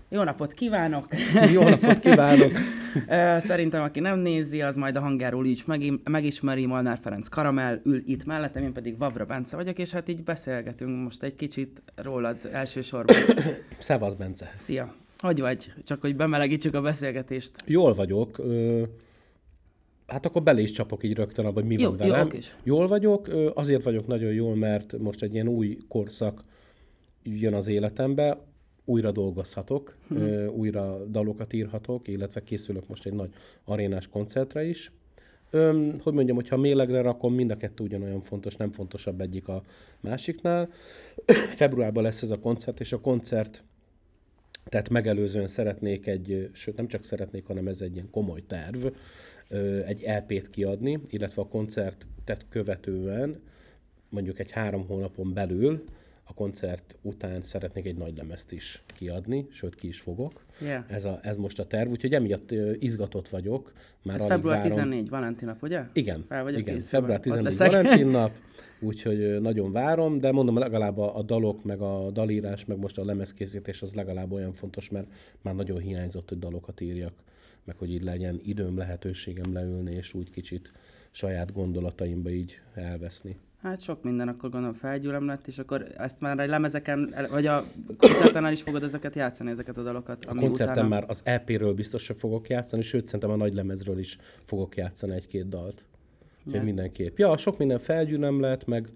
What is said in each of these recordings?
Jó napot kívánok! Jó napot kívánok! Szerintem, aki nem nézi, az majd a hangjáról így megismeri. Molnár Ferenc Karamell ül itt mellettem, én pedig Vavra Bence vagyok, és hát így beszélgetünk most egy kicsit rólad elsősorban. Szevasz, Bence! Szia! Hogy vagy? Csak hogy bemelegítsük a beszélgetést. Jól vagyok. Hát akkor bele is csapok így rögtön abba, hogy mi van velem. Jó, jól vagyok, azért vagyok nagyon jól, mert most egy ilyen új korszak jön az életembe, újra dolgozhatok, újra dalokat írhatok, illetve készülök most egy nagy arénás koncertre is. Hogy mondjam, hogyha mélegre rakom, mind a kettő ugyanolyan fontos, nem fontosabb egyik a másiknál. Februárban lesz ez a koncert, és a koncert, tehát megelőzően szeretnék sőt nem csak szeretnék, hanem ez egy ilyen komoly terv, egy EP-t kiadni, illetve a koncertet követően, mondjuk egy 3 hónapon belül, a koncert után szeretnék egy nagy lemezt is kiadni, sőt ki is fogok. Yeah. Ez most a terv, úgyhogy emiatt izgatott vagyok. Ez február 14, Valentin nap, ugye? Igen, igen, február 14 Valentin nap, úgyhogy nagyon várom, de mondom, legalább a dalok, meg a dalírás, meg most a lemezkészítés az legalább olyan fontos, mert már nagyon hiányzott, hogy dalokat írjak, meg hogy így legyen időm, lehetőségem leülni, és úgy kicsit saját gondolataimba így elveszni. Hát sok minden, akkor gondolom felgyűlöm lett, és akkor ezt már a lemezeken, vagy a koncerten el is fogod ezeket játszani, ezeket a dalokat? A koncerten már az EP-ről biztos sem fogok játszani, sőt, szerintem a nagy lemezről is fogok játszani 1-2 dalt. Úgyhogy mindenképp. Ja, sok minden felgyűlöm lett, meg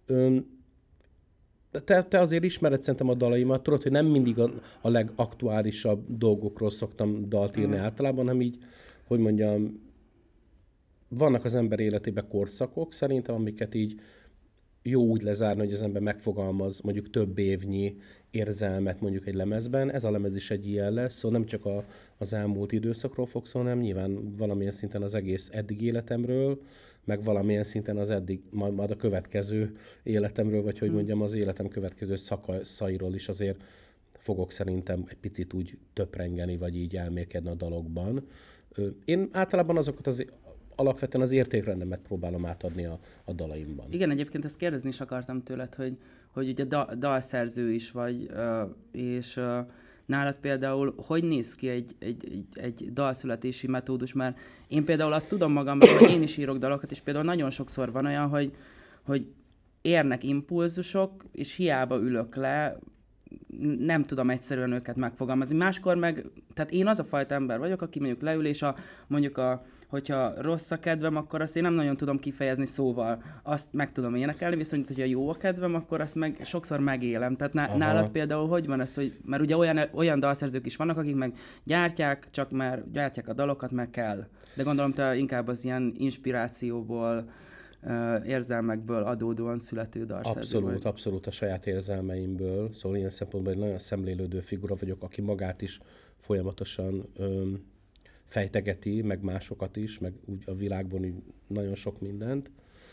te azért ismered szerintem a dalaimat, tudod, hogy nem mindig a legaktuálisabb dolgokról szoktam dalt írni általában, hanem így, hogy mondjam, vannak az ember életében korszakok szerintem, amiket így jó úgy lezárni, hogy az ember megfogalmaz mondjuk több évnyi érzelmet mondjuk egy lemezben. Ez a lemez is egy ilyen lesz, szóval nem csak az elmúlt időszakról fog szólni, hanem nyilván valamilyen szinten az egész eddig életemről, meg valamilyen szinten az eddig, majd a következő életemről, vagy hogy mondjam, az életem következő szakaszairól is azért fogok szerintem egy picit úgy töprengeni, vagy így elmélkedni a dalokban. Én általában azokat alapvetően az értékrendemet próbálom átadni a dalaimban. Igen, egyébként ezt kérdezni is akartam tőled, hogy ugye dalszerző is vagy, és nálad például hogy néz ki egy dalszületési metódus, mert én például azt tudom magamban, hogy én is írok dalokat, és például nagyon sokszor van olyan, hogy érnek impulzusok, és hiába ülök le, nem tudom egyszerűen őket megfogalmazni. Máskor meg, tehát én az a fajta ember vagyok, aki mondjuk leül, és hogyha rossz a kedvem, akkor azt én nem nagyon tudom kifejezni szóval. Azt meg tudom énekelni, viszont hogyha jó a kedvem, akkor azt meg sokszor megélem. Tehát nálad például hogy van ez, hogy, mert ugye olyan dalszerzők is vannak, akik meg gyártják, csak már gyártják a dalokat, meg kell. De gondolom te inkább az ilyen inspirációból, érzelmekből adódóan születő dalszerző vagy. Abszolút a saját érzelmeimből. Szóval ilyen szempontból egy nagyon szemlélődő figura vagyok, aki magát is folyamatosan fejtegeti, meg másokat is, meg úgy a világban úgy nagyon sok mindent.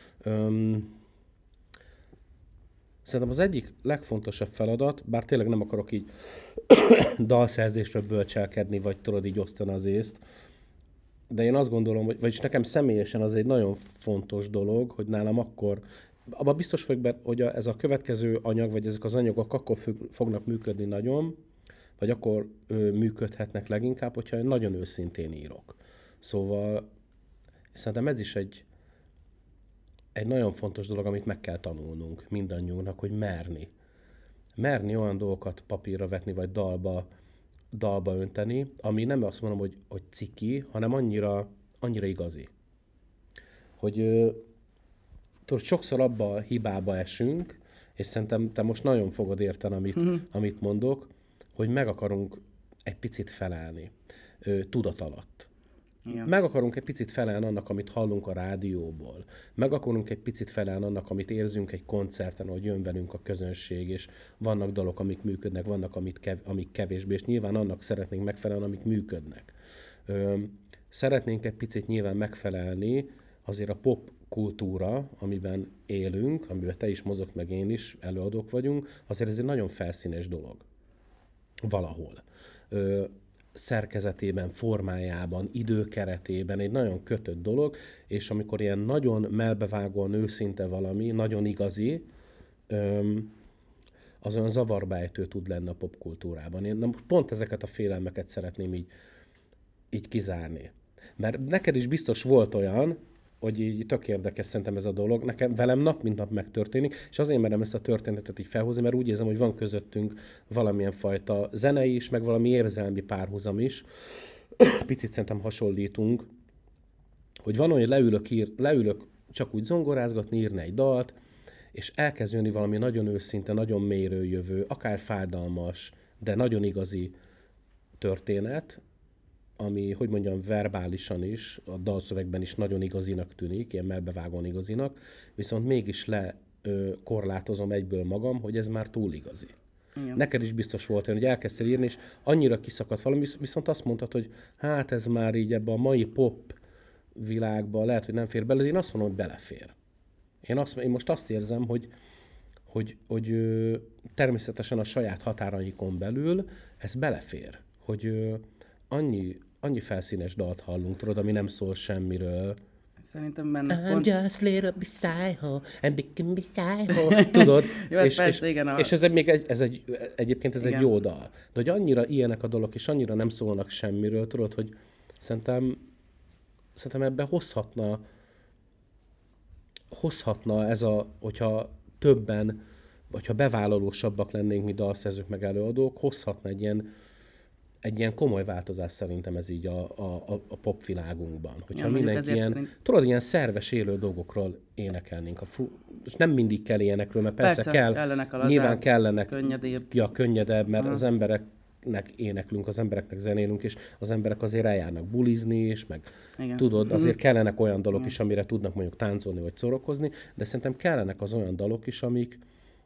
Szerintem az egyik legfontosabb feladat, bár tényleg nem akarok így dalszerzésről bölcselkedni, vagy tudod így osztani az észt, de én azt gondolom, vagyis nekem személyesen az egy nagyon fontos dolog, hogy nálam akkor, abban biztos vagyok benne, hogy ez a következő anyag, vagy ezek az anyagok akkor fognak működni nagyon, vagy akkor működhetnek leginkább, hogyha én nagyon őszintén írok. Szóval szerintem ez is egy nagyon fontos dolog, amit meg kell tanulnunk mindannyiunknak, hogy merni. Merni olyan dolgokat papírra vetni, vagy dalba önteni, ami nem azt mondom, hogy ciki, hanem annyira igazi. Hogy tudod, sokszor abba a hibába esünk, és szerintem te most nagyon fogod érteni, amit mondok, hogy meg akarunk egy picit felelni tudat alatt. Yeah. Meg akarunk egy picit felelni annak, amit hallunk a rádióból. Meg akarunk egy picit felelni annak, amit érzünk egy koncerten, hogy jön velünk a közönség, és vannak dalok, amik működnek, vannak, amik kevésbé, és nyilván annak szeretnénk megfelelni, amik működnek. Szeretnénk egy picit nyilván megfelelni azért a pop kultúra, amiben élünk, amiben te is mozog, meg én is, előadók vagyunk, azért ez egy nagyon felszínes dolog. Valahol. Szerkezetében, formájában, időkeretében egy nagyon kötött dolog, és amikor ilyen nagyon melbevágóan őszinte valami, nagyon igazi, az olyan zavarba ejtő tud lenni a popkultúrában. Én pont ezeket a félelmeket szeretném így kizárni. Mert neked is biztos volt olyan, hogy így tök érdekes szerintem ez a dolog. Nekem velem nap mint nap megtörténik, és azért merem ezt a történetet így felhozni, mert úgy érzem, hogy van közöttünk valamilyen fajta zenei is, meg valami érzelmi párhuzam is. Picit szerintem hasonlítunk, hogy van olyan, hogy leülök csak úgy zongorázgatni, írni egy dalt, és elkezd jönni valami nagyon őszinte, nagyon mélyről jövő, akár fájdalmas, de nagyon igazi történet, ami, hogy mondjam, verbálisan is, a dalszövegben is nagyon igazinak tűnik, ilyen melbevágóan igazinak, viszont mégis korlátozom egyből magam, hogy ez már túl igazi. Igen. Neked is biztos volt olyan, hogy elkezdtél írni, és annyira kiszakadt valami, viszont azt mondtad, hogy hát ez már így ebbe a mai pop világban lehet, hogy nem fér bele, de én azt mondom, hogy belefér. Én most azt érzem, hogy természetesen a saját határaikon belül ez belefér. Hogy annyi felszínes dalt hallunk, tudod, ami nem szól semmiről. Szerintem benne I'm pont... just little beside her, and become beside her. Tudod? Jó, persze, igen. És egyébként ez egy jó dal. De hogy annyira ilyenek a dolog, és annyira nem szólnak semmiről, tudod, hogy szerintem ebbe hozhatna ez hogyha többen, vagy ha bevállalósabbak lennénk mi dalszerzők meg előadók, hozhatna egy ilyen komoly változás szerintem ez így a popvilágunkban. Hogyha mindenki ilyen szerves élő dolgokról énekelnénk. És nem mindig kell ilyenekről, mert persze kell, nyilván kellenek könnyedebb, mert az embereknek éneklünk, az embereknek zenélünk, és az emberek azért eljárnak bulizni is, meg tudod, azért kellenek olyan dalok is, amire tudnak mondjuk táncolni vagy szórakozni, de szerintem kellenek az olyan dalok is, amik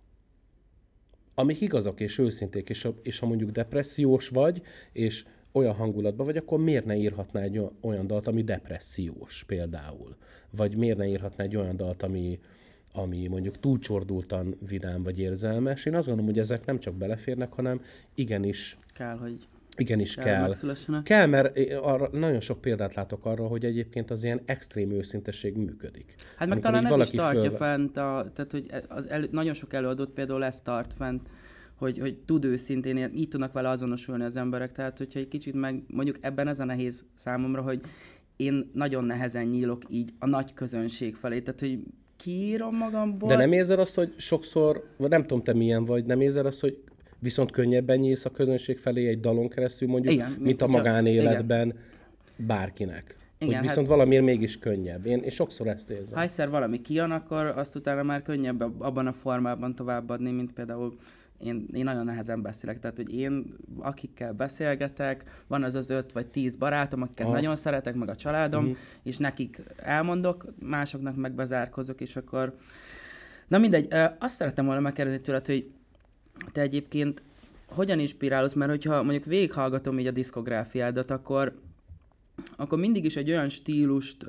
igazak és őszinték, és ha mondjuk depressziós vagy, és olyan hangulatban vagy, akkor miért ne írhatná egy olyan dalt, ami depressziós például? Vagy miért ne írhatná egy olyan dalt, ami mondjuk túlcsordultan vidám vagy érzelmes? Én azt gondolom, hogy ezek nem csak beleférnek, hanem igenis kell. Kell, mert nagyon sok példát látok arra, hogy egyébként az ilyen extrém őszintesség működik. Hát meg talán ez is tartja fent, tehát hogy nagyon sok előadót például ezt tart fent, hogy tud őszintén, így tudnak vele azonosulni az emberek, tehát hogyha egy kicsit mondjuk ebben ez a nehéz számomra, hogy én nagyon nehezen nyílok így a nagy közönség felé, tehát hogy kiírom magamból. De nem érzed azt, hogy sokszor, vagy nem tudom te milyen vagy, nem érzed azt, hogy viszont könnyebben nyílsz a közönség felé egy dalon keresztül mondjuk, igen, mint a magánéletben bárkinek. Igen, hogy viszont valamiért mégis könnyebb. Én sokszor ezt érzem. Ha egyszer valami kijön, akkor azt utána már könnyebb abban a formában továbbadni, mint például én nagyon nehezen beszélek. Tehát, hogy én akikkel beszélgetek, van az 5 vagy 10 barátom, akiket nagyon szeretek, meg a családom, és nekik elmondok, másoknak meg bezárkozok, és akkor... Na mindegy, azt szerettem volna megkérdezni tőled, hogy te egyébként hogyan inspirálsz, mert hogyha mondjuk végighallgatom így a diszkográfiádat, akkor mindig is egy olyan stílust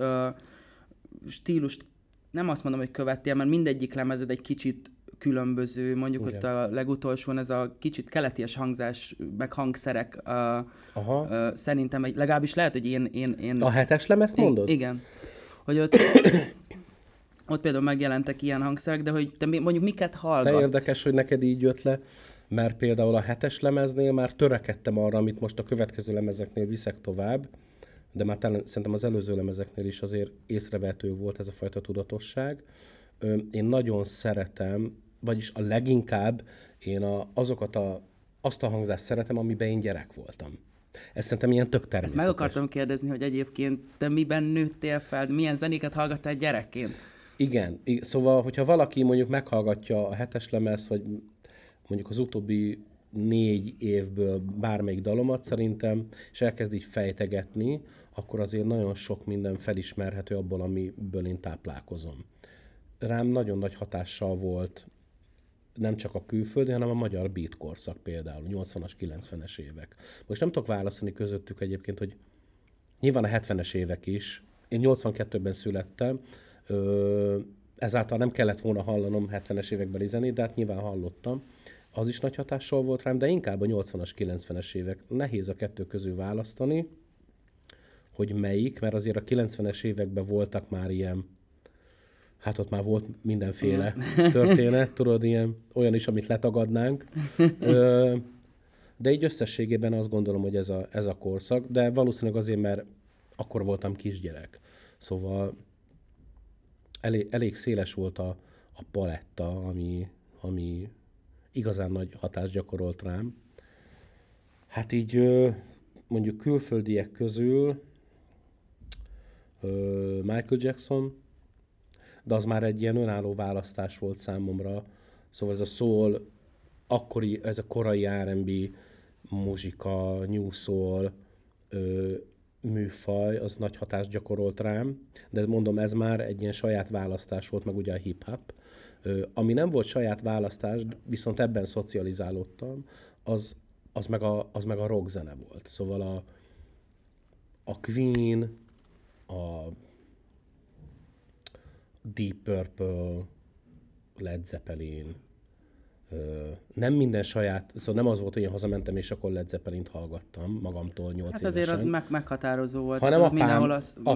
nem azt mondom, hogy követtél, mert mindegyik lemezed egy kicsit különböző, mondjuk ott a legutolsón ez a kicsit keleties hangzás, meg hangszerek, szerintem legalábbis lehet, hogy én... A 7-es lemezt mondod? Igen. Hogy ott például megjelentek ilyen hangszerek, de hogy te mondjuk miket hallgatsz? De érdekes, hogy neked így jött le, mert például a 7-es lemeznél már törekedtem arra, amit most a következő lemezeknél viszek tovább, de már szerintem az előző lemezeknél is azért észrevehető volt ez a fajta tudatosság. Én nagyon szeretem, vagyis a leginkább én azt a hangzást szeretem, amiben én gyerek voltam. Ez szerintem ilyen tök természetes. Ezt meg akartam kérdezni, hogy egyébként te miben nőttél fel, milyen zenéket hallgattál gyerekként? Igen, szóval, hogyha valaki mondjuk meghallgatja a 7-es lemez, vagy mondjuk az utóbbi 4 évből bármelyik dalomat szerintem, és elkezd így fejtegetni, akkor azért nagyon sok minden felismerhető abból, amiből én táplálkozom. Rám nagyon nagy hatással volt nem csak a külföldi, hanem a magyar beat korszak például, 80-as, 90-es évek. Most nem tudok válaszolni közöttük egyébként, hogy nyilván a 70-es évek is. Én 82-ben születtem, ezáltal nem kellett volna hallanom 70-es évekbeli zenét, de hát nyilván hallottam. Az is nagy hatással volt rám, de inkább a 80-as, 90-es évek. Nehéz a kettő közül választani, hogy melyik, mert azért a 90-es években voltak már ilyen Hát ott már volt mindenféle történet, tudod, olyan is, amit letagadnánk. De így összességében azt gondolom, hogy ez a korszak, de valószínűleg azért, mert akkor voltam kisgyerek. Szóval elég széles volt a paletta, ami igazán nagy hatást gyakorolt rám. Hát így mondjuk külföldiek közül Michael Jackson, de az már egy ilyen önálló választás volt számomra. Szóval ez a soul, akkori, ez a korai R&B, muzsika, new soul műfaj, az nagy hatást gyakorolt rám, de mondom, ez már egy ilyen saját választás volt, meg ugye a hip-hop. Ami nem volt saját választás, viszont ebben szocializálódtam, az meg a rock zene volt. Szóval a Queen, a Deep Purple, Led Zeppelin, nem minden saját, szóval nem az volt, hogy én hazamentem, és akkor Led Zeppelint hallgattam magamtól 8 Hát évesen. azért az meghatározó volt. Hanem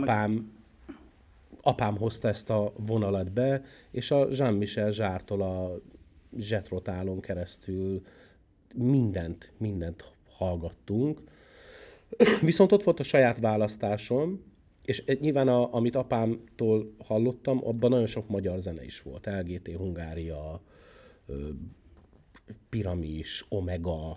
apám hozta ezt a vonalat be, és a Jean-Michel Jarre-tól a Jethro Tullon keresztül mindent hallgattunk. Viszont ott volt a saját választásom, és nyilván amit apámtól hallottam, abban nagyon sok magyar zene is volt. LGT, Hungária, Piramis, Omega,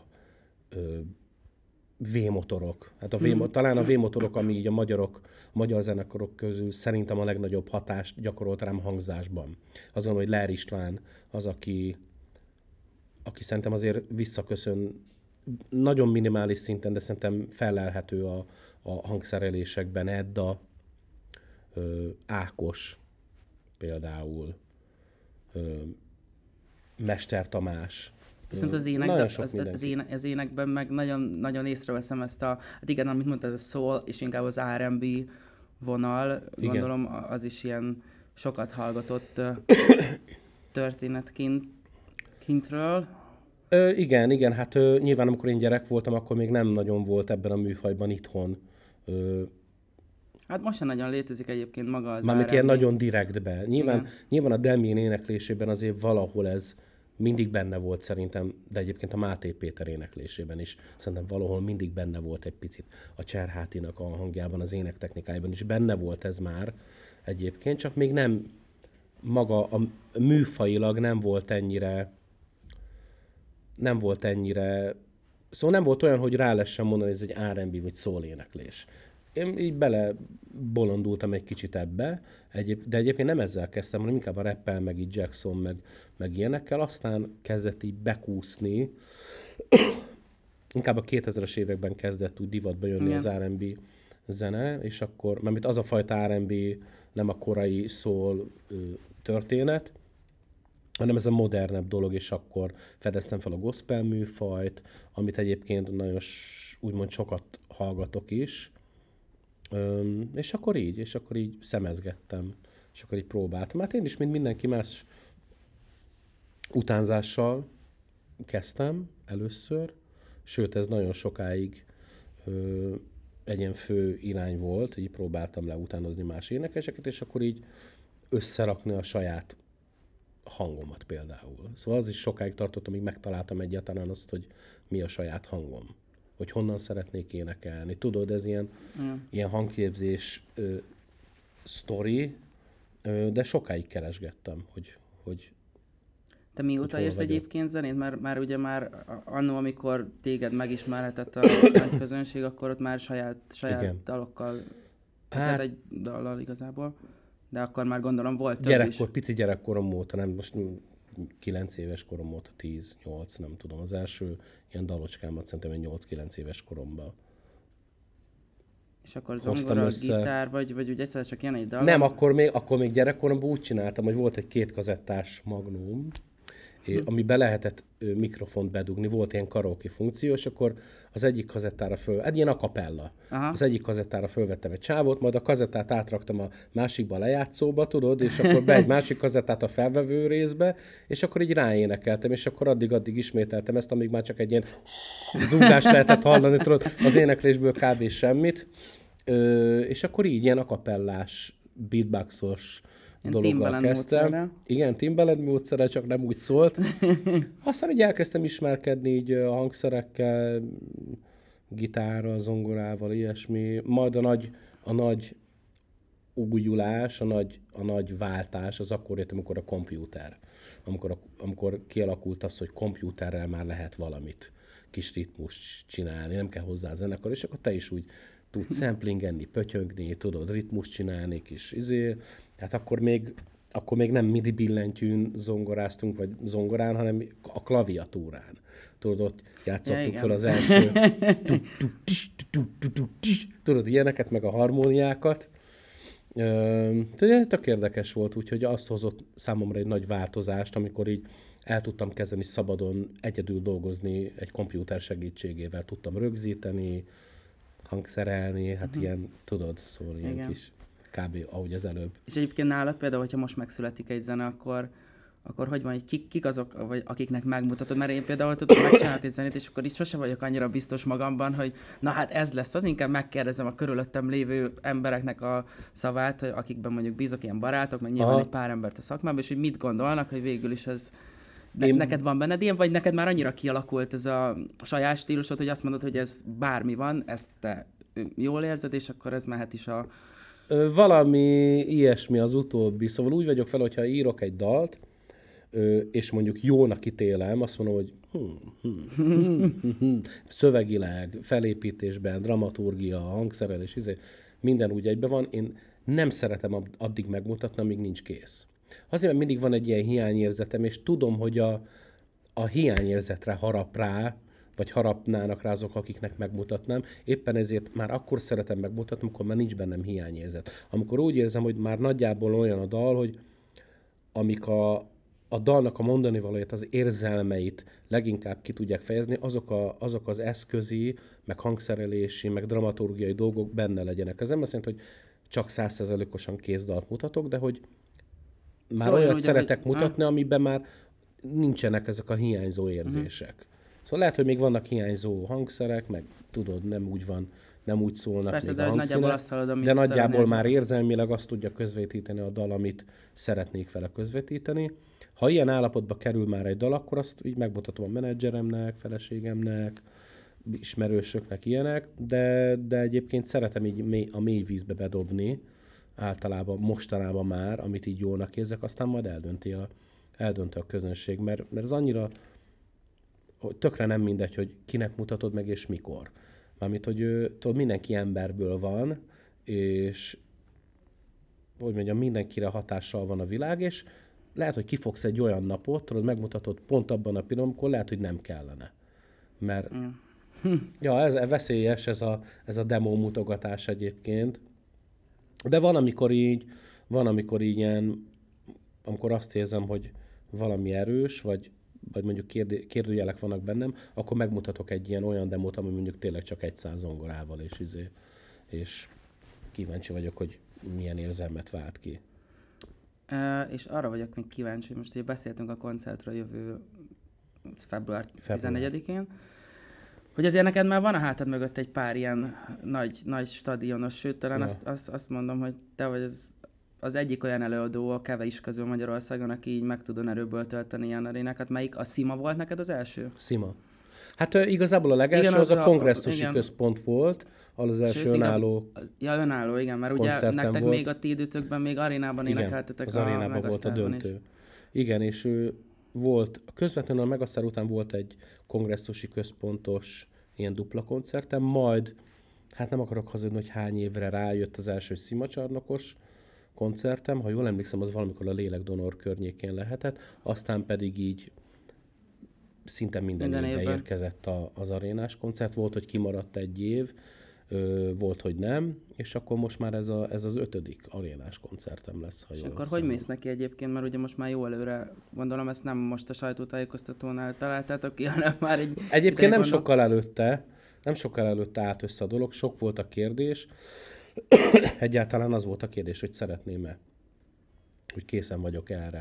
V-motorok. Hát talán a V-motorok, ami így a magyar zenekarok közül szerintem a legnagyobb hatást gyakorolt rám hangzásban. Azt gondolom, hogy Lehrer István az, aki szerintem azért visszaköszön nagyon minimális szinten, de szerintem felelhető a hangszerelésekben. Edda, Ákos például, Mester Tamás. Viszont az énekben meg nagyon, nagyon észreveszem ezt hát igen, amit mondtad, a soul, és inkább az R&B vonal, igen. Gondolom az is ilyen sokat hallgatott történetkintről. Igen, hát nyilván amikor én gyerek voltam, akkor még nem nagyon volt ebben a műfajban itthon. Hát most sem nagyon létezik egyébként maga az mármint R&B. ilyen nagyon direktbe. Nyilván a Demi éneklésében azért valahol ez mindig benne volt szerintem, de egyébként a Máté Péter éneklésében is szerintem valahol mindig benne volt egy picit. A Cserhátinak a hangjában, az énektechnikájában is benne volt ez már egyébként, csak még nem maga a műfajilag nem volt ennyire, szóval nem volt olyan, hogy rá lehessen mondani, hogy ez egy R&B vagy soul éneklés. Én így bele bolondultam egy kicsit ebbe, de egyébként nem ezzel kezdtem, hanem inkább a rappel, meg így Jackson, meg ilyenekkel, aztán kezdett így bekúszni. Inkább a 2000-es években kezdett úgy divatba jönni az R&B zene, és akkor, mert az a fajta R&B nem a korai soul történet, hanem ez a modernebb dolog, és akkor fedeztem fel a gospel műfajt, amit egyébként nagyon úgymond sokat hallgatok is. És akkor így szemezgettem, és akkor így próbáltam. Hát én is, mint mindenki más, utánzással kezdtem először, sőt ez nagyon sokáig egy ilyen fő irány volt, így próbáltam leutánozni más énekeseket, és akkor így összerakni a saját hangomat például. Szóval az is sokáig tartott, amíg megtaláltam egyáltalán azt, hogy mi a saját hangom. Hogy honnan szeretnék énekelni. Tudod, ez ilyen hangképzés sztori, de sokáig keresgettem, hogy te mióta érsz egyébként zenét? Mert már ugye annó, amikor téged megismerhetett a nagy közönség, akkor ott már saját dalokkal, tehát egy dallal igazából, de akkor már gondolom volt több is. Pici gyerekkorom óta, nem most 9 éves korom óta, 10-8, nem tudom, az első ilyen dalocskámat szerintem 8-9 éves koromban. És akkor zongora, gitár, vagy úgy egyszer csak jön egy dal? Nem, akkor még gyerekkoromban úgy csináltam, hogy volt egy 2 kazettás Magnum, amiben lehetett mikrofont bedugni, volt ilyen karaoke funkció, és akkor az egyik kazettára egy ilyen a cappella. Az egyik kazettára fölvettem egy csávót, majd a kazettát átraktam a másikba lejátszóba, tudod, és akkor be egy másik kazettát a felvevő részbe, és akkor így ráénekeltem, és akkor addig ismételtem ezt, amíg már csak egy ilyen zúgást lehetett hallani, tudod, az éneklésből kb. Semmit. És akkor így ilyen a cappellás, beatboxos dologgal kezdtem. módszerrel. Igen, Timbaland módszerrel, csak nem úgy szólt. Aztán így elkezdtem ismerkedni így a hangszerekkel, gitárral, zongorával, ilyesmi. Majd a nagy újulás, a nagy váltás az akkor jött, amikor a kompjúter. Amikor kialakult az, hogy kompjúterrel már lehet valamit, kis ritmus csinálni, nem kell hozzá a zenekar, és akkor te is úgy tudsz samplingelni, pötyögni, tudod ritmus csinálni, kis tehát akkor még nem midi billentyűn zongoráztunk, vagy zongorán, hanem a klaviatúrán. Tudod, ott játszottuk fel az első tudod, ilyeneket, meg a harmóniákat. Tök érdekes volt, úgyhogy azt hozott számomra egy nagy változást, amikor így el tudtam kezdeni szabadon egyedül dolgozni egy kompjúter segítségével. Tudtam rögzíteni, hangszerelni, hát ilyen, tudod, szóval ilyen kis kb. Ahogy az előbb. És egyébként nálad például, hogyha most megszületik egy zene, akkor hogy van, hogy kik azok, vagy akiknek megmutatod? Mert én például tudom, megcsinálok egy zenét, és akkor így sose vagyok annyira biztos magamban, hogy na hát ez lesz az, inkább megkérdezem a körülöttem lévő embereknek a szavát, akikben mondjuk bízok, ilyen barátok, meg nyilván egy pár embert a szakmában, és hogy mit gondolnak, hogy végül is ez neked van benned ilyen, vagy neked már annyira kialakult ez a saját stílusod, hogy azt mondod, hogy ez bármi van, ezt te jól érzed, és akkor ez mehet is a... Valami ilyesmi az utóbbi. Szóval úgy vagyok fel, hogyha írok egy dalt, és mondjuk jónak ítélem, azt mondom, hogy szövegileg, felépítésben, dramaturgia, hangszerelés, minden úgy egyben van. Én nem szeretem addig megmutatni, amíg nincs kész. Azért, mert mindig van egy ilyen hiányérzetem, és tudom, hogy a hiányérzetre harap rá, vagy harapnának rá azok, akiknek megmutatnám. Éppen ezért már akkor szeretem megmutatni, amikor már nincs bennem hiányérzet. Amikor úgy érzem, hogy már nagyjából olyan a dal, hogy amik a dalnak a mondani valóját, az érzelmeit leginkább ki tudják fejezni, azok az eszközi, meg hangszerelési, meg dramaturgiai dolgok benne legyenek. Ez nem azt jelenti, hogy csak 100%-osan kész dalt mutatok, de hogy már szóval olyat szeretek mutatni, amiben már nincsenek ezek a hiányzó érzések. Szóval lehet, hogy még vannak hiányzó hangszerek, meg tudod, nem úgy szólnak persze, még a hangszínek, de nagyjából már érzelmileg azt tudja közvetíteni a dal, amit szeretnék vele közvetíteni. Ha ilyen állapotba kerül már egy dal, akkor azt így megmutatom a menedzseremnek, feleségemnek, ismerősöknek, ilyenek, de egyébként szeretem így a mély vízbe bedobni, általában mostanában már, amit így jónak érzek, aztán majd eldönti a közönség, mert ez annyira hogy tökre nem mindegy, hogy kinek mutatod meg és mikor. Mármint, hogy tudod, mindenki emberből van, és hogy mondjam, mindenkire hatással van a világ, és lehet, hogy kifogsz egy olyan napot, tudod, megmutatod pont abban a pillanatban, amikor lehet, hogy nem kellene. Mert ja, ez veszélyes, ez a demo mutogatás egyébként. De van, amikor így ilyen, amikor azt érzem, hogy valami erős, vagy mondjuk kérdőjelek vannak bennem, akkor megmutatok egy ilyen olyan demót, ami mondjuk tényleg csak egy szám zongorával, és kíváncsi vagyok, hogy milyen érzelmet vált ki. És arra vagyok még kíváncsi, hogy most ugye beszéltünk a koncertről jövő február 14-én, hogy azért neked már van a hátad mögött egy pár ilyen nagy stadionos, sőt, talán azt mondom, hogy te vagy az egyik olyan előadó a kevés közül Magyarországon, aki így meg tud erőből tölteni ilyen arénákat. Melyik? A Szima volt neked az első? Szima. Hát igazából a legelső igen, az a kongresszusi központ volt, az első önálló önálló, igen, mert ugye nektek volt. Még a ti időtökben még arénában énekeltetek. Az arénában volt a döntő. Is. Igen, és volt, közvetlenül a Megasztár után volt egy kongresszusi központos ilyen dupla koncertem, majd, hát nem akarok hazudni, hogy hány évre rájött az első szimacsarnokos koncertem, ha jól emlékszem, az valamikor a Lélekdonor környékén lehetett, aztán pedig így szinte minden évben érkezett az arénás koncert. Volt, hogy kimaradt egy év, volt, hogy nem, és akkor most már ez az 5. arénás koncertem lesz. Ha és akkor hogy mész neki egyébként, mert ugye most már jó előre, gondolom, ezt nem most a sajtótájékoztatónál találtátok ki, hanem már egy... Egyébként nem sokkal előtte állt össze a dolog, sok volt a kérdés. Egyáltalán az volt a kérdés, hogy szeretném-e, hogy készen vagyok erre,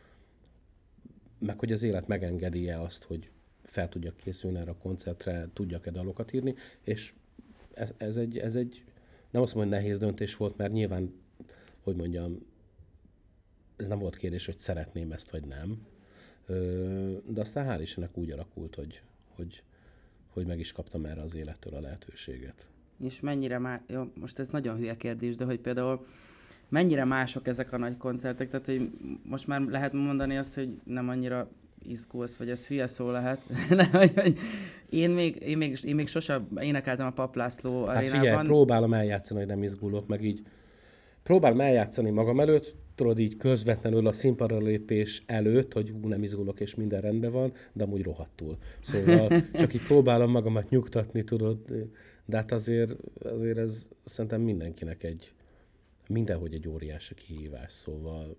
meg hogy az élet megengedi-e azt, hogy fel tudjak készülni erre a koncertre, tudjak-e dalokat írni, és ez egy nem azt mondom, hogy nehéz döntés volt, mert nyilván, hogy mondjam, ez nem volt kérdés, hogy szeretném ezt, vagy nem. De aztán hál' Istennek úgy alakult, hogy meg is kaptam erre az élettől a lehetőséget. És mennyire jó, most ez nagyon hülye kérdés, de hogy például mennyire mások ezek a nagy koncertek, tehát hogy most már lehet mondani azt, hogy nem annyira izgulsz, vagy ez hülye szó lehet. Én még sosem énekeltem a Papp László arénában. Hát figyelj, próbálom eljátszani, hogy nem izgulok, meg így próbálom eljátszani magam előtt, tudod így közvetlenül a színpadra lépés előtt, hogy nem izgulok és minden rendben van, de amúgy rohadtul. Szóval csak így próbálom magamat nyugtatni, tudod, de hát azért ez szerintem mindenkinek mindenhogy egy óriási kihívás, szóval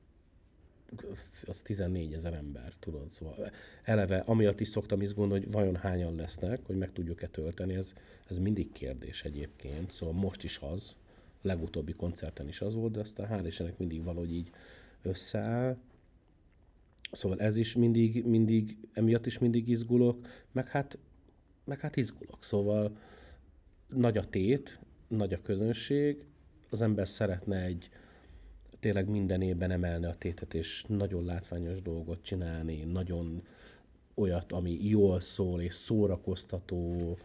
az 14 000 ember, tudod, szóval eleve amiatt is szoktam izgulni, hogy vajon hányan lesznek, hogy meg tudjuk-e tölteni, ez mindig kérdés egyébként, szóval most is az, legutóbbi koncerten is az volt, de aztán hál' Istennek mindig valahogy így összeáll. Szóval ez is mindig emiatt is mindig izgulok, meg hát izgulok. Szóval nagy a tét, nagy a közönség, az ember szeretne tényleg minden évben emelni a tétet, és nagyon látványos dolgot csinálni, nagyon olyat, ami jól szól, és szórakoztató.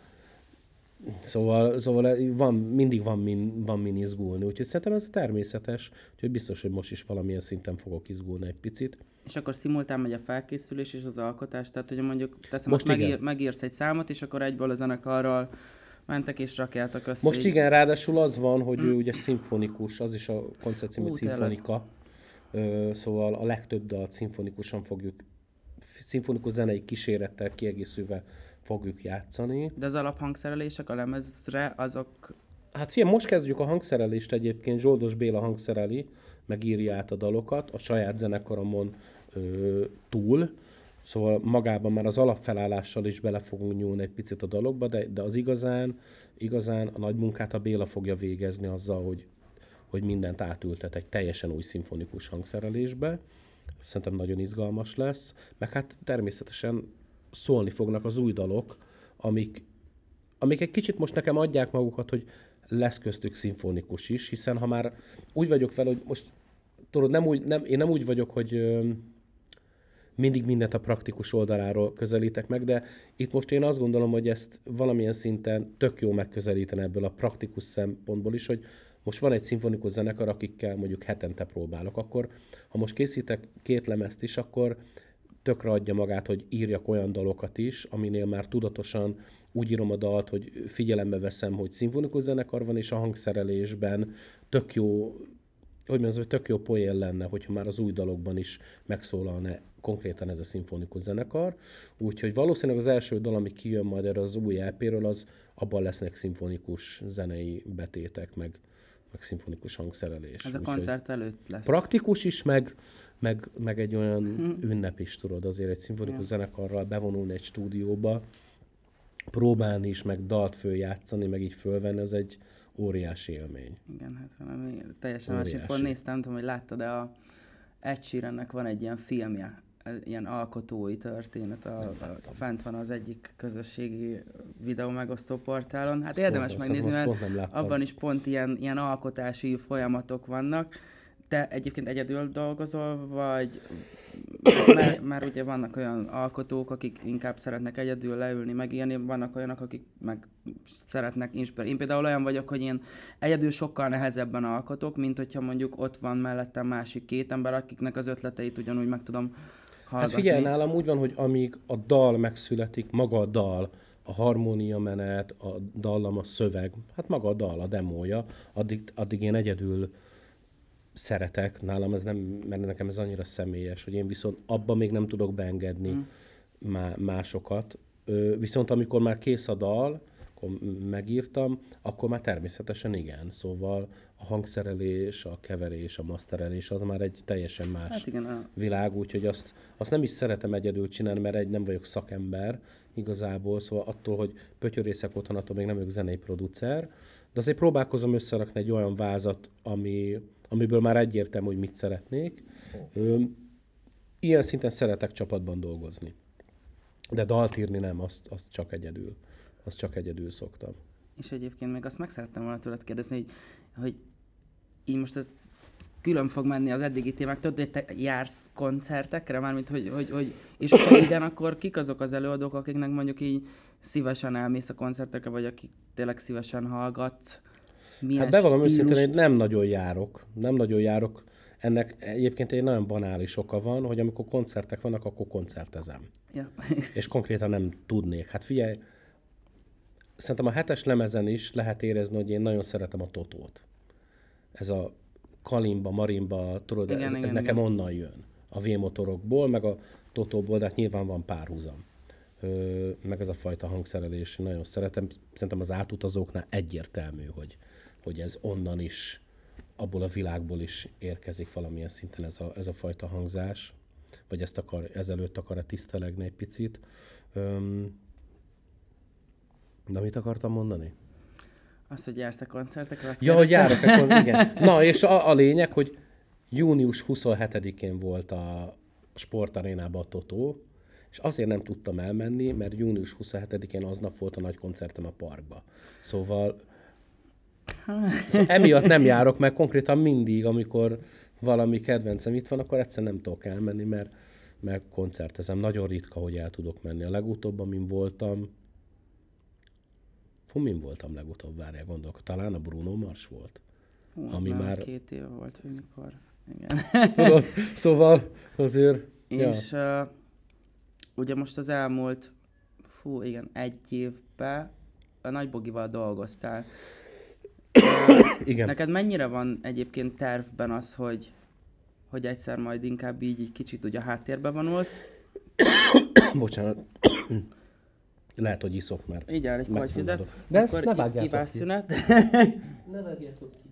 Szóval mindig van min izgulni, úgyhogy szerintem ez természetes, úgyhogy biztos, hogy most is valamilyen szinten fogok izgulni egy picit. És akkor szimultán megy a felkészülés és az alkotás, tehát hogy mondjuk most megírsz egy számot, és akkor egyből a zenekarral mentek és rakjátok össze. Most igen, ráadásul az van, hogy ő ugye szimfonikus, az is a koncert cím, hogy szimfonika. Szóval a legtöbb dalt szimfonikusan szimfonikus zenei kísérettel kiegészülve fogjuk játszani. De az alaphangszerelések a lemezre, azok... Hát figyelj, most kezdjük a hangszerelést egyébként, Zsoldos Béla hangszereli, meg írja át a dalokat, a saját zenekaromon túl. Szóval magában már az alapfelállással is bele fogunk nyúlni egy picit a dalokba, de az igazán a nagy munkát a Béla fogja végezni azzal, hogy mindent átültet egy teljesen új szimfonikus hangszerelésbe. Szerintem nagyon izgalmas lesz. Meg hát természetesen szólni fognak az új dalok, amik egy kicsit most nekem adják magukat, hogy lesz köztük szimfonikus is, hiszen ha már úgy vagyok vele, hogy most tudod, én nem úgy vagyok, hogy mindig mindent a praktikus oldaláról közelítek meg, de itt most én azt gondolom, hogy ezt valamilyen szinten tök jó megközelíteni ebből a praktikus szempontból is, hogy most van egy szimfonikus zenekar, akikkel mondjuk hetente próbálok, akkor ha most készítek 2 lemezt is, akkor tökre adja magát, hogy írjak olyan dalokat is, aminél már tudatosan úgy írom a dalt, hogy figyelembe veszem, hogy szimfonikus zenekar van, és a hangszerelésben tök jó poén lenne, hogyha már az új dalokban is megszólalna konkrétan ez a szimfonikus zenekar. Úgyhogy valószínűleg az első dal, ami kijön majd erre az új EP-ről, abban lesznek szimfonikus zenei betétek, meg szimfonikus hangszerelés. Ez a koncert előtt lesz. Praktikus is, meg egy olyan ünnep is, tudod, azért egy szimfonikus zenekarral bevonulni egy stúdióba, próbálni is, meg dalt följátszani, meg így fölvenni, az egy óriási élmény. Igen, hát valami teljesen másik. Akkor néztem, nem tudom, hogy láttad, de Ed Sheerannek van egy ilyen filmje, ilyen alkotói történet, fent van az egyik közösségi videó megosztó portálon. Hát érdemes megnézni, mert abban is pont ilyen alkotási folyamatok vannak. Te egyébként egyedül dolgozol, vagy mert ugye vannak olyan alkotók, akik inkább szeretnek egyedül leülni, megírni, vannak olyanok, akik meg szeretnek inspirálni. Én például olyan vagyok, hogy én egyedül sokkal nehezebben alkotok, mint hogyha mondjuk ott van mellettem másik 2 ember, akiknek az ötleteit ugyanúgy meg tudom hallgatni. Hát figyelj, nálam úgy van, hogy amíg a dal megszületik, maga a dal, a harmónia menet, a dallam, a szöveg, hát maga a dal, a demója, addig én egyedül szeretek, nálam ez nem, mert nekem ez annyira személyes, hogy én viszont abban még nem tudok beengedni másokat. Viszont amikor már kész a dal, akkor megírtam, akkor már természetesen igen. Szóval a hangszerelés, a keverés, a masterelés az már egy teljesen más világ, úgyhogy azt nem is szeretem egyedül csinálni, mert nem vagyok szakember igazából, szóval attól, hogy pötyörészek otthon, attól még nem vagyok zenei producer, de azért próbálkozom összerakni egy olyan vázat, amiből már egyértelmű, hogy mit szeretnék. Ilyen szinten szeretek csapatban dolgozni. De dalt írni nem, azt csak egyedül. Azt csak egyedül szoktam. És egyébként még azt meg szerettem volna tőled kérdezni, hogy így most ez külön fog menni az eddigi témák. Tudod, hogy te jársz koncertekre, mármint, hogy és ha igen, akkor kik azok az előadók, akiknek mondjuk így szívesen elmész a koncertekre, vagy akik tényleg szívesen hallgatsz? Milyen Hát bevallom őszintén, stílust? hogy nem nagyon járok. Ennek egyébként egy nagyon banális oka van, hogy amikor koncertek vannak, akkor koncertezem. Ja. És konkrétan nem tudnék. Hát figyelj, szerintem a 7-es lemezen is lehet érezni, hogy én nagyon szeretem a Totót. Ez a kalimba, marimba, tudod, Igen, ez igen, nekem igen. onnan jön. A V-motorokból, meg a Totóból, de hát nyilván van párhuzam. Meg ez a fajta hangszerelés, nagyon szeretem. Szerintem az átutazóknál egyértelmű, hogy ez onnan is, abból a világból is érkezik valamilyen szinten ez a fajta hangzás. Vagy ezelőtt akar tisztelegni egy picit. De mit akartam mondani? Azt, hogy jársz a koncertekre, azt Ja, hogy kérdeztem. járok, akkor igen. Na, és a lényeg, hogy június 27-én volt a Sportarénában a Totó, és azért nem tudtam elmenni, mert június 27-én aznap volt a nagy koncertem a parkba. Szóval emiatt nem járok, mert konkrétan mindig, amikor valami kedvencem itt van, akkor egyszer nem tudok elmenni, mert koncertezem. Nagyon ritka, hogy el tudok menni. A legutóbb, amin voltam, min voltam legutóbb, várjál, gondolok, talán a Bruno Mars volt. Hú, ami már 2 éve volt, hogy mikor. Igen. Tudod, szóval azért... És ugye most az elmúlt, igen, 1 évben a Nagybogival dolgoztál. Igen. Neked mennyire van egyébként tervben az, hogy egyszer majd inkább így kicsit ugye a háttérbe vonulsz? Bocsánat. Lehet, hogy iszok, mert... Így áll egy megfulladok. kogyfizet, De ezt akkor ne vágjátok ki. ivásszünet. Ne vágjátok ki.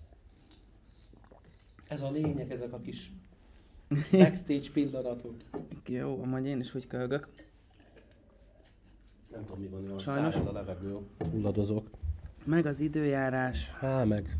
Ez a lényeg, ezek a kis backstage pillanatok. Jó, majd én is úgy köhögök. Nem tudom, mi van, olyan Sajnos. száraz a levegő. Fulladozok. Meg az időjárás. Meg.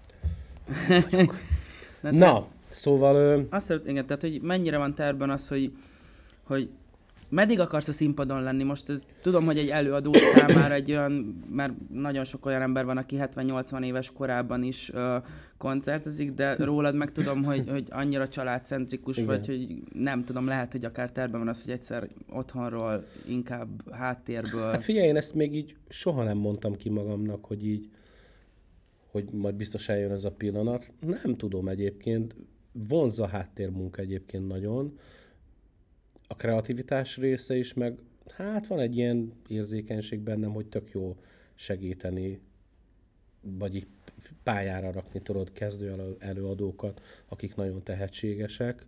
De Na, szóval... Azt szeret, igen, tehát hogy mennyire van tervben az, hogy meddig akarsz a színpadon lenni? Most ez, tudom, hogy egy előadó számára egy olyan, mert nagyon sok olyan ember van, aki 70-80 éves korában is koncertezik, de rólad meg tudom, hogy annyira családcentrikus Igen. vagy, hogy nem tudom, lehet, hogy akár tervben van az, hogy egyszer otthonról, inkább háttérből. Hát figyelj, én ezt még így soha nem mondtam ki magamnak, hogy majd biztos eljön ez a pillanat. Nem tudom egyébként. Vonzza a háttérmunka egyébként nagyon. A kreativitás része is, meg hát van egy ilyen érzékenység bennem, hogy tök jó segíteni, vagy így pályára rakni, tudod, kezdő előadókat, akik nagyon tehetségesek.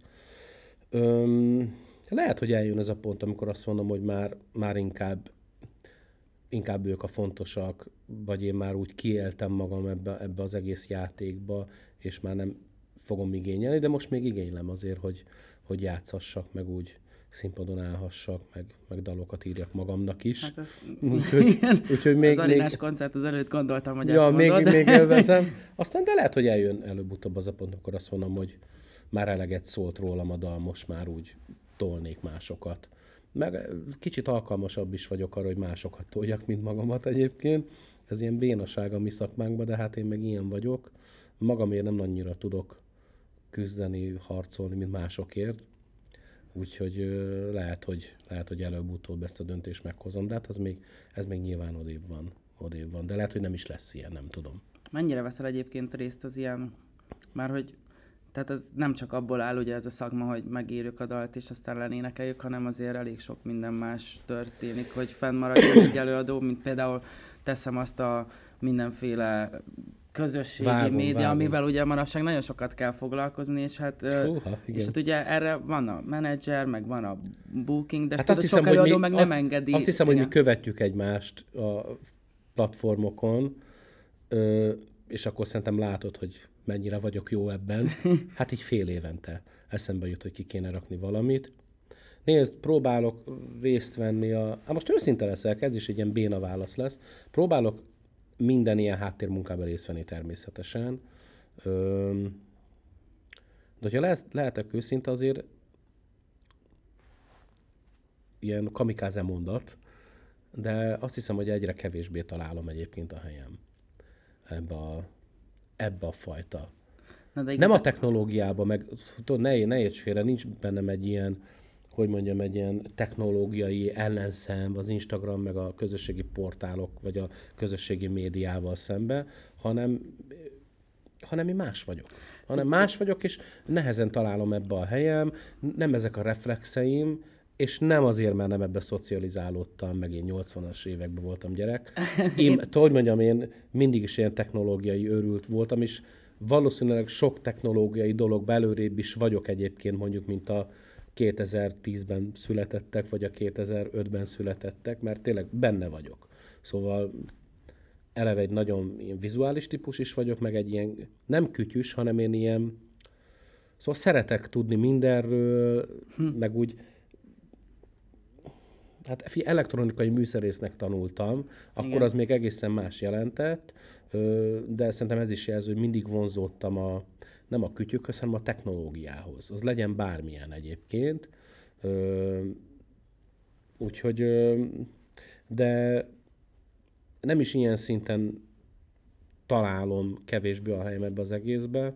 Lehet, hogy eljön ez a pont, amikor azt mondom, hogy már inkább ők a fontosak, vagy én már úgy kiéltem magam ebbe az egész játékba, és már nem fogom igényelni, de most még igénylem azért, hogy játszhassak, meg úgy színpadon állhassak, meg dalokat írjak magamnak is. Hát ez, Úgyhogy még... az arénás koncert az előtt gondoltam, hogy Ja, ezt mondod. még élvezem. Aztán de lehet, hogy eljön előbb-utóbb az a pont, akkor azt mondom, hogy már eleget szólt rólam a dal, most már úgy tolnék másokat. Meg kicsit alkalmasabb is vagyok arra, hogy másokat toljak, mint magamat egyébként. Ez ilyen bénaság a mi szakmánkban, de hát én meg ilyen vagyok. Magamért nem annyira tudok küzdeni, harcolni, mint másokért. Úgyhogy lehet, hogy előbb-utóbb ezt a döntést meghozom, de hát ez még nyilván odébb van. De lehet, hogy nem is lesz ilyen, nem tudom. Mennyire veszel egyébként részt az ilyen, már hogy, tehát ez nem csak abból áll ugye ez a szakma, hogy megírjuk a dalt és aztán lenénekeljük, hanem azért elég sok minden más történik, hogy fennmaradjon egy előadó, mint például teszem azt a mindenféle közösségi média, amivel ugye manapság nagyon sokat kell foglalkozni, és hát, igen. és hát ugye erre van a menedzser, meg van a booking, de Hát tudod, sok előadó meg nem engedi. Azt hiszem, hogy igen. mi követjük egymást a platformokon, és akkor szerintem látod, hogy mennyire vagyok jó ebben. Hát így fél évente eszembe jut, hogy ki kéne rakni valamit. Nézd, próbálok részt venni most őszinte leszek, ez is egy ilyen béna válasz lesz. Próbálok minden ilyen háttérmunkában részt venni természetesen. De hogyha lehetek őszinte, azért ilyen kamikáze mondat, de azt hiszem, hogy egyre kevésbé találom egyébként a helyem ebbe a fajta Na, de Nem a technológiában, meg tudod, ne érts félre, nincs bennem egy ilyen, hogy mondjam, egy ilyen technológiai ellenszem az Instagram, meg a közösségi portálok, vagy a közösségi médiával szembe, hanem én más vagyok. Hanem más vagyok, és nehezen találom ebbe a helyem, nem ezek a reflexeim, és nem azért, mert nem ebbe szocializálódtam, meg én 80-as években voltam gyerek. Hogy mondjam, én mindig is ilyen technológiai őrült voltam, és valószínűleg sok technológiai dolog belőrébb is vagyok egyébként, mondjuk, mint a 2010-ben születettek, vagy a 2005-ben születettek, mert tényleg benne vagyok. Szóval eleve egy nagyon ilyen vizuális típus is vagyok, meg egy ilyen nem kütyüs, hanem én ilyen, szóval szeretek tudni mindenről, meg úgy, hát elektronikai műszerésznek tanultam, akkor Igen. az még egészen más jelentett, de szerintem ez is jelző, hogy mindig vonzódtam nem a kütyükhöz, hanem a technológiához. Az legyen bármilyen egyébként. Úgyhogy, de nem is ilyen szinten találom kevésbé a helyem ebbe az egészbe,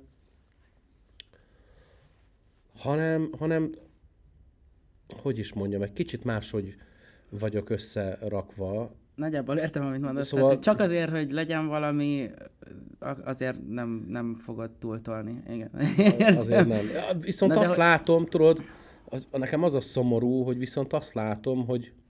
hanem hogy is mondjam, egy kicsit máshogy vagyok összerakva. Nagyjából értem, amit mondasz. Szóval- Tehát, csak azért, hogy legyen valami, azért nem fogod túltolni. Igen. Azért nem. Viszont Na, de azt hogy- látom, tudod, nekem az a szomorú, hogy viszont azt látom,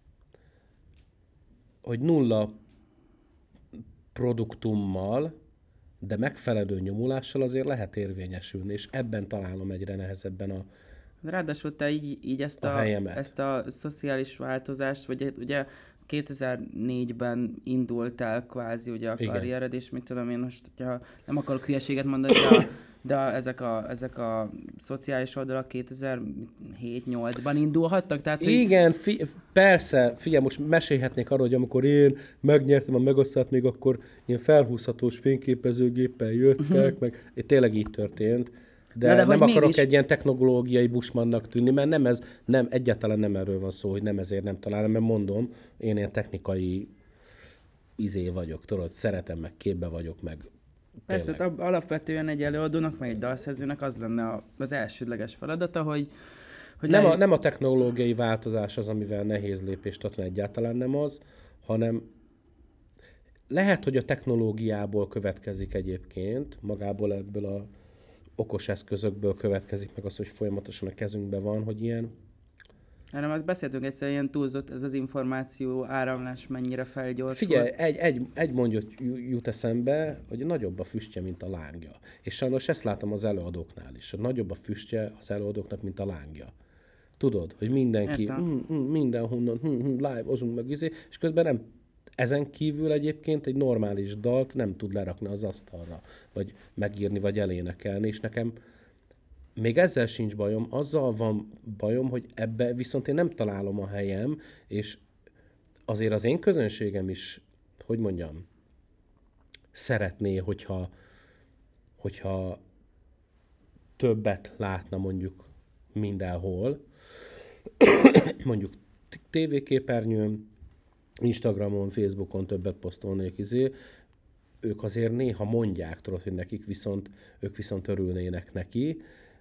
hogy nulla produktummal, de megfelelő nyomulással azért lehet érvényesülni, és ebben találom egyre nehezebben a... Ráadásul te így A helyemet. ezt a szociális változást, vagy ugye 2004-ben indult el kvázi ugye a Igen. karriered, és mit tudom én most, hogyha nem akarok hülyeséget mondani, de ezek a szociális oldalak 2007-8-ban indulhattak, tehát hogy Igen, persze, figyelj, most mesélhetnék arról, hogy amikor én megnyertem a Megaszárt, még akkor ilyen felhúzhatós fényképezőgéppel jöttek, meg tényleg így történt. De hogy nem akarok mégis- egy ilyen technológiai bushmannak tűnni, mert egyáltalán nem erről van szó, hogy nem ezért nem találom, mert mondom, én ilyen technikai vagyok, tudod, szeretem, meg képbe vagyok, meg persze, tényleg. hát alapvetően egy előadónak, meg egy dalszerzőnek az lenne az elsődleges feladata, hogy Nem a technológiai változás az, amivel nehéz lépést tartani, egyáltalán nem az, hanem lehet, hogy a technológiából következik egyébként, magából ebből a okos eszközökből következik meg az, hogy folyamatosan a kezünkben van, hogy ilyen... Erről már beszéltünk egyszer, ilyen túlzott ez az információ áramlás mennyire felgyorsul. Figyelj, egy mondat jut eszembe, hogy nagyobb a füstje, mint a lángja. És sajnos ezt látom az előadóknál is, hogy nagyobb a füstje az előadóknak, mint a lángja. Tudod, hogy mindenki mindenhonnan live-ozunk meg, és közben nem. Ezen kívül egyébként egy normális dalt nem tud lerakni az asztalra, vagy megírni, vagy elénekelni, és nekem még ezzel sincs bajom, azzal van bajom, hogy ebbe viszont én nem találom a helyem, és azért az én közönségem is, hogy mondjam, szeretné, hogyha többet látna mondjuk mindenhol, mondjuk tévéképernyőn, Instagramon, Facebookon többet posztolnék, ők azért néha mondják, tudod, hogy ők viszont örülnének neki.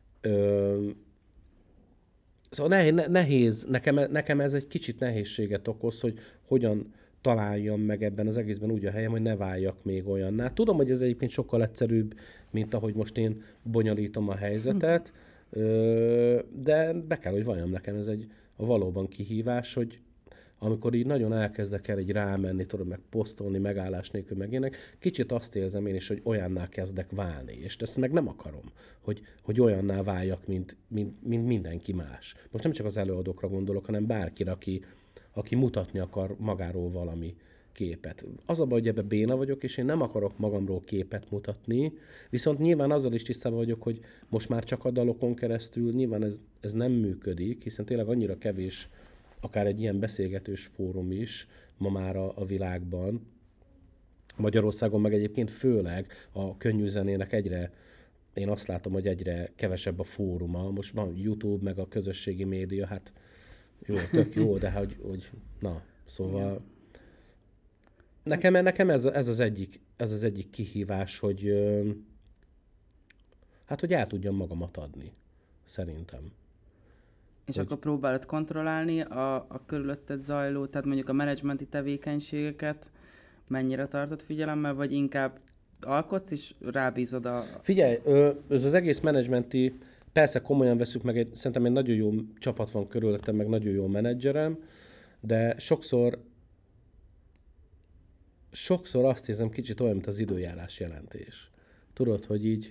Szóval nehéz, nekem ez egy kicsit nehézséget okoz, hogy hogyan találjam meg ebben az egészben úgy a helyem, hogy ne váljak még olyanná. Tudom, hogy ez egyébként sokkal egyszerűbb, mint ahogy most én bonyolítom a helyzetet, de be kell, hogy valljam, nekem ez a valóban kihívás, hogy amikor így nagyon elkezdek el így rámenni, tudod, meg posztolni, megállás nélkül, meg ilyenek, kicsit azt érzem én is, hogy olyanná kezdek válni. És ezt meg nem akarom, hogy olyanná váljak, mint mindenki más. Most nem csak az előadókra gondolok, hanem bárkire, aki mutatni akar magáról valami képet. Az a baj, hogy ebbe béna vagyok, és én nem akarok magamról képet mutatni, viszont nyilván azzal is tisztában vagyok, hogy most már csak a dalokon keresztül nyilván ez nem működik, hiszen tényleg annyira kevés akár egy ilyen beszélgetős fórum is ma már a világban. Magyarországon meg egyébként főleg a könnyű zenének én azt látom, hogy egyre kevesebb a fóruma. Most van YouTube, meg a közösségi média, hát jó, tök jó, de hogy na, szóval nekem ez az egyik kihívás, hogy Hát, hogy el tudjam magamat adni, szerintem. És Hogy- akkor próbálod kontrollálni a körülötted zajló, tehát mondjuk a menedzsmenti tevékenységeket, mennyire tartod figyelemmel, vagy inkább alkotsz és rábízod a... Figyelj, ez az egész menedzsmenti, persze komolyan veszük meg, szerintem egy nagyon jó csapat van körülöttem, meg nagyon jó menedzserem, de sokszor azt érzem kicsit olyan, mint az időjárás jelentés. Tudod, hogy így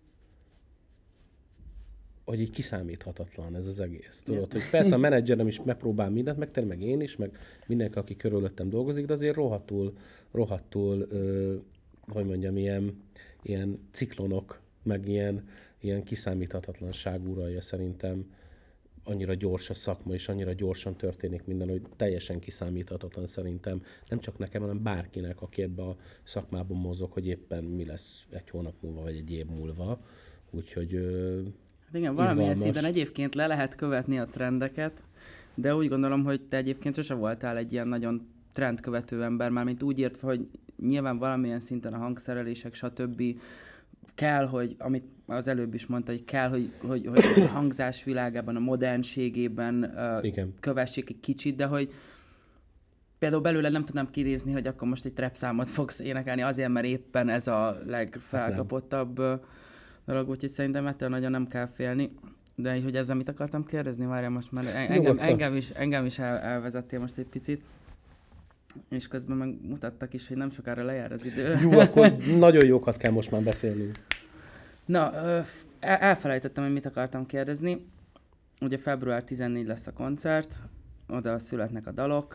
kiszámíthatatlan ez az egész. Tudod, hogy persze a menedzserem is megpróbál mindent megtenni, meg én is, meg mindenki, aki körülöttem dolgozik, de azért rohadtul, hogy mondjam, ilyen ciklonok, meg ilyen kiszámíthatatlanság uralja szerintem. Annyira gyors a szakma, és annyira gyorsan történik minden, hogy teljesen kiszámíthatatlan szerintem. Nem csak nekem, hanem bárkinek, aki ebbe a szakmában mozog, hogy éppen mi lesz egy hónap múlva, vagy egy év múlva. Úgyhogy Hát igen, valamilyen izgalmas. szinten egyébként le lehet követni a trendeket, de úgy gondolom, hogy te egyébként sose voltál egy ilyen nagyon trendkövető ember, mármint úgy értve, hogy nyilván valamilyen szinten a hangszerelések, stb. Kell, hogy, amit az előbb is mondta, hogy kell, hogy a hangzás világában, a modernségében Igen. kövessék egy kicsit, de hogy például belőle nem tudnám kinézni, hogy akkor most egy trap számot fogsz énekelni azért, mert éppen ez a legfelkapottabb dolog, úgyhogy szerintem ettől nagyon nem kell félni. De hogy ezzel mit akartam kérdezni? Várjál, most már engem is elvezettél most egy picit. És közben meg mutattak is, hogy nem sokára lejár az idő. Jó, akkor nagyon jókat kell most már beszélnünk. Na, elfelejtettem, hogy mit akartam kérdezni. Ugye február 14 lesz a koncert, oda születnek a dalok.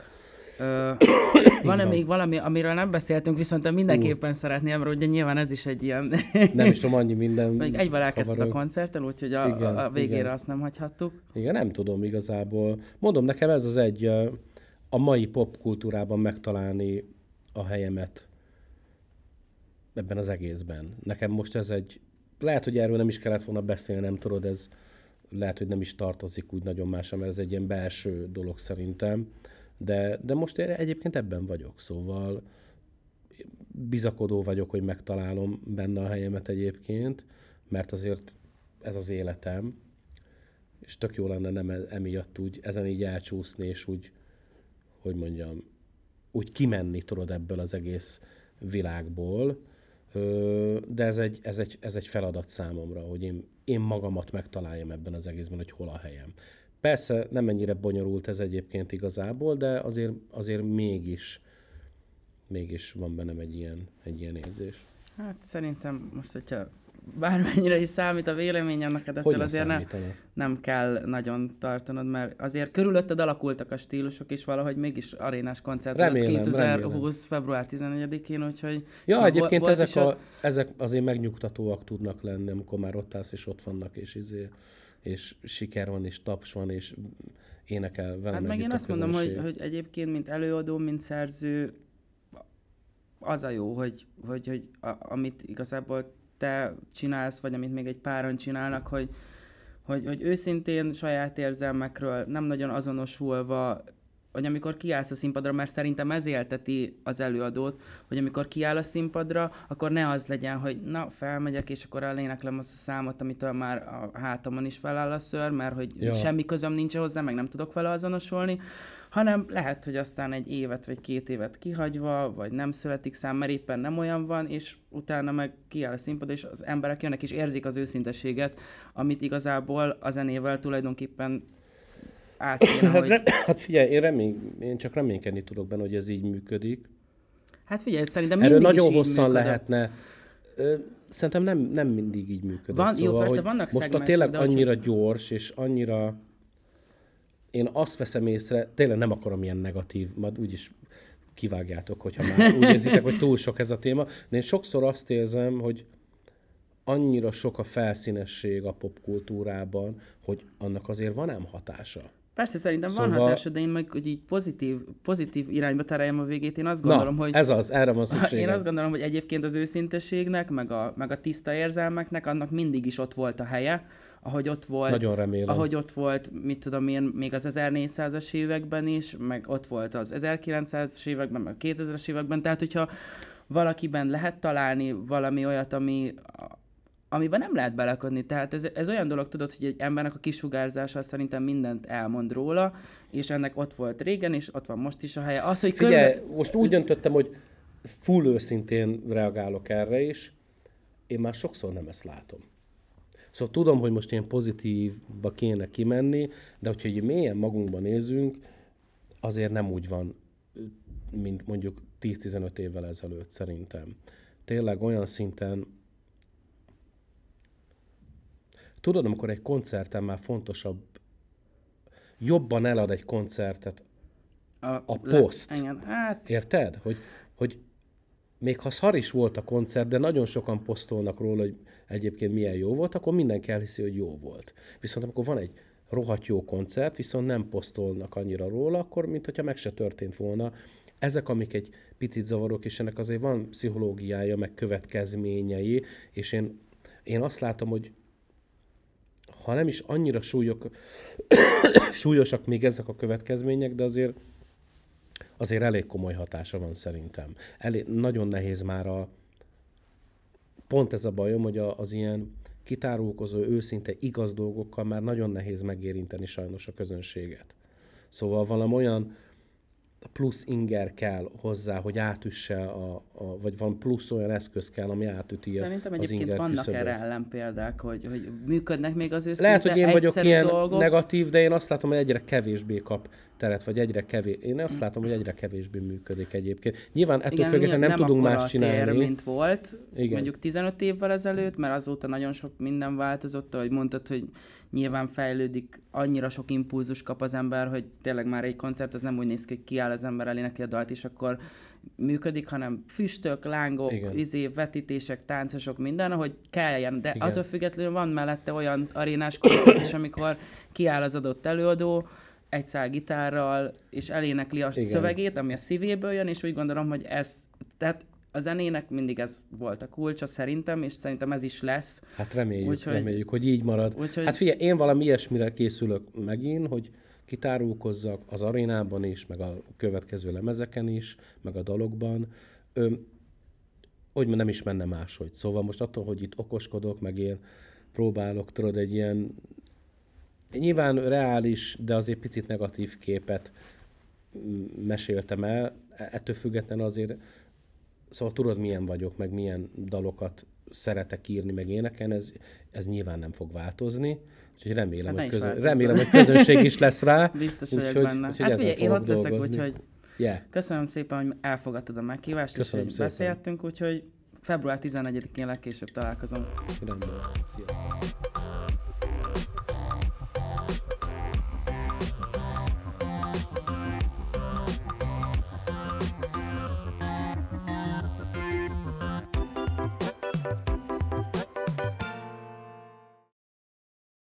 Van-e van. még valami, amiről nem beszéltünk, viszont mindenképpen szeretném, mert ugye nyilván ez is egy ilyen... Nem is tudom, annyi minden. Még egyben elkezdted a kavarog. koncerttel, úgyhogy Igen, a végére igen. azt nem hagyhattuk. Igen, nem tudom igazából. Mondom, nekem ez az egy a mai popkultúrában megtalálni a helyemet ebben az egészben. Nekem most ez egy... Lehet, hogy erről nem is kellett volna beszélni, nem tudod, ez lehet, hogy nem is tartozik úgy nagyon másra, mert ez egy ilyen belső dolog szerintem. De most én egyébként ebben vagyok, szóval bizakodó vagyok, hogy megtalálom benne a helyemet egyébként, mert azért ez az életem, és tök jó lenne nem emiatt úgy, ezen így elcsúszni, és úgy, hogy mondjam, úgy kimenni tudod ebből az egész világból, de ez egy feladat számomra, hogy én magamat megtaláljam ebben az egészben, hogy hol a helyem. Persze nem ennyire bonyolult ez egyébként igazából, de azért mégis van bennem egy ilyen érzés. Hát szerintem most, hogyha bármennyire is számít a véleményem neked, ettől azért nem kell nagyon tartanod, mert azért körülötted alakultak a stílusok, és valahogy mégis arénás koncert lesz 2020. február 14-én, úgyhogy... Ja, egyébként ezek azért megnyugtatóak tudnak lenni, amikor már ott állsz, és ott vannak, és siker van, és taps van, és énekel velem. Hát meg én azt mondom, hogy egyébként, mint előadó, mint szerző, az a jó, hogy amit igazából te csinálsz, vagy amit még egy páran csinálnak, hogy őszintén saját érzelmekről nem nagyon azonosulva, hogy amikor kiállsz a színpadra, mert szerintem ez élteti az előadót, hogy amikor kiáll a színpadra, akkor ne az legyen, hogy na, felmegyek, és akkor eléneklem azt a számot, amitől már a hátamon is feláll a szőr, mert hogy semmi közöm nincs hozzá, meg nem tudok vele azonosulni, hanem lehet, hogy aztán egy évet vagy 2 évet kihagyva, vagy nem születik szám, mert éppen nem olyan van, és utána meg kiáll a színpad, és az emberek jönnek és érzik az őszintességet, amit igazából a zenével tulajdonképpen át kéne, hogy... Hát figyelj, én csak reménykedni tudok benne, hogy ez így működik. Hát figyelj, szerintem erről mindig nagyon is így hosszan működött. lehetne. Szerintem nem mindig így működik. Van, szóval, jó, persze hogy vannak most szegmensek, tényleg de annyira gyors, és annyira... Én azt veszem észre, tényleg nem akarom ilyen negatív, majd úgyis kivágjátok, hogyha már úgy érzitek, hogy túl sok ez a téma, de én sokszor azt érzem, hogy annyira sok a felszínesség a popkultúrában, hogy annak azért van ám hatása. Persze, szerintem van hatása, de én meg, hogy így pozitív irányba tereljem a végét, én azt gondolom, hogy... erre van szükségem. Én azt gondolom, hogy egyébként az őszintességnek, meg a tiszta érzelmeknek, annak mindig is ott volt a helye, ahogy ott volt, nagyon remélem. Ahogy ott volt, mit tudom én, még az 1400-as években is, meg ott volt az 1900-as években, meg a 2000-es években, tehát hogyha valakiben lehet találni valami olyat, ami amiben nem lehet belekodni. Tehát ez olyan dolog, tudod, hogy egy embernek a kisugárzása szerintem mindent elmond róla, és ennek ott volt régen, és ott van most is a helye. Az, hogy Figyelj, most úgy döntöttem, hogy full őszintén reagálok erre is. Én már sokszor nem ezt látom. Szóval tudom, hogy most ilyen pozitívba kéne kimenni, de hogyha így mélyen magunkban nézünk, azért nem úgy van, mint mondjuk 10-15 évvel ezelőtt szerintem. Tényleg olyan szinten... Tudod, amikor egy koncerten már fontosabb, jobban elad egy koncertet a poszt. Igen, hát... Érted? Hogy még ha szar is volt a koncert, de nagyon sokan posztolnak róla, hogy egyébként milyen jó volt, akkor mindenki elhiszi, hogy jó volt. Viszont amikor van egy rohadt jó koncert, viszont nem posztolnak annyira róla, akkor mintha meg se történt volna. Ezek, amik egy picit zavarok, és ennek azért van pszichológiája, meg következményei, és én azt látom, hogy ha nem is annyira súlyosak még ezek a következmények, de azért elég komoly hatása van szerintem. Nagyon nehéz már pont ez a bajom, hogy az ilyen kitárulkozó, őszinte, igaz dolgokkal már nagyon nehéz megérinteni sajnos a közönséget. Szóval valami olyan plusz inger kell hozzá, hogy átüsse, vagy van plusz olyan eszköz kell, ami átüti szerintem az egyébként inger vannak küszöböt. erre ellenpéldák, hogy működnek még az őszinte, Lehet, hogy én vagyok ilyen dolgok. negatív, de én azt látom, hogy egyre kevésbé kap teret, vagy én azt látom, hogy egyre kevésbé működik egyébként. Nyilván ettől függetlenül nem tudunk más csinálni. Tér, mint volt, igen. Mondjuk 15 évvel ezelőtt, mert azóta nagyon sok minden változott, ahogy mondtad, hogy nyilván fejlődik, annyira sok impulzus kap az ember, hogy tényleg már egy koncert az nem úgy néz ki, hogy kiáll az ember, elénekli a dalt, és akkor működik, hanem füstök, lángok, vetítések, táncosok, minden, ahogy kelljen. De attól függetlenül van mellette olyan arénás koncert is, amikor kiáll az adott előadó, egy szál gitárral, és elénekli a szövegét, ami a szívéből jön, és úgy gondolom, hogy tehát a zenének mindig ez volt a kulcsa szerintem, és szerintem ez is lesz. Hát reméljük, hogy így marad. Hát figyelj, én valami ilyesmire készülök megint, hogy kitárulkozzak az arénában is, meg a következő lemezeken is, meg a dalokban. Hogy nem is menne máshogy. Szóval most attól, hogy itt okoskodok, meg én próbálok, tudod, egy ilyen nyilván reális, de azért picit negatív képet meséltem el. Ettől függetlenül azért, szóval tudod, milyen vagyok, meg milyen dalokat szeretek írni, meg énekelni, ez nyilván nem fog változni. Úgyhogy remélem, hogy közönség is lesz rá. Biztos vagyok benne. Hát figyelj, én ott leszek, úgyhogy köszönöm szépen, hogy elfogadtad a meghívást, és hogy beszéltünk, úgyhogy február 14-én legkésőbb találkozom. Rendben. Sziasztok.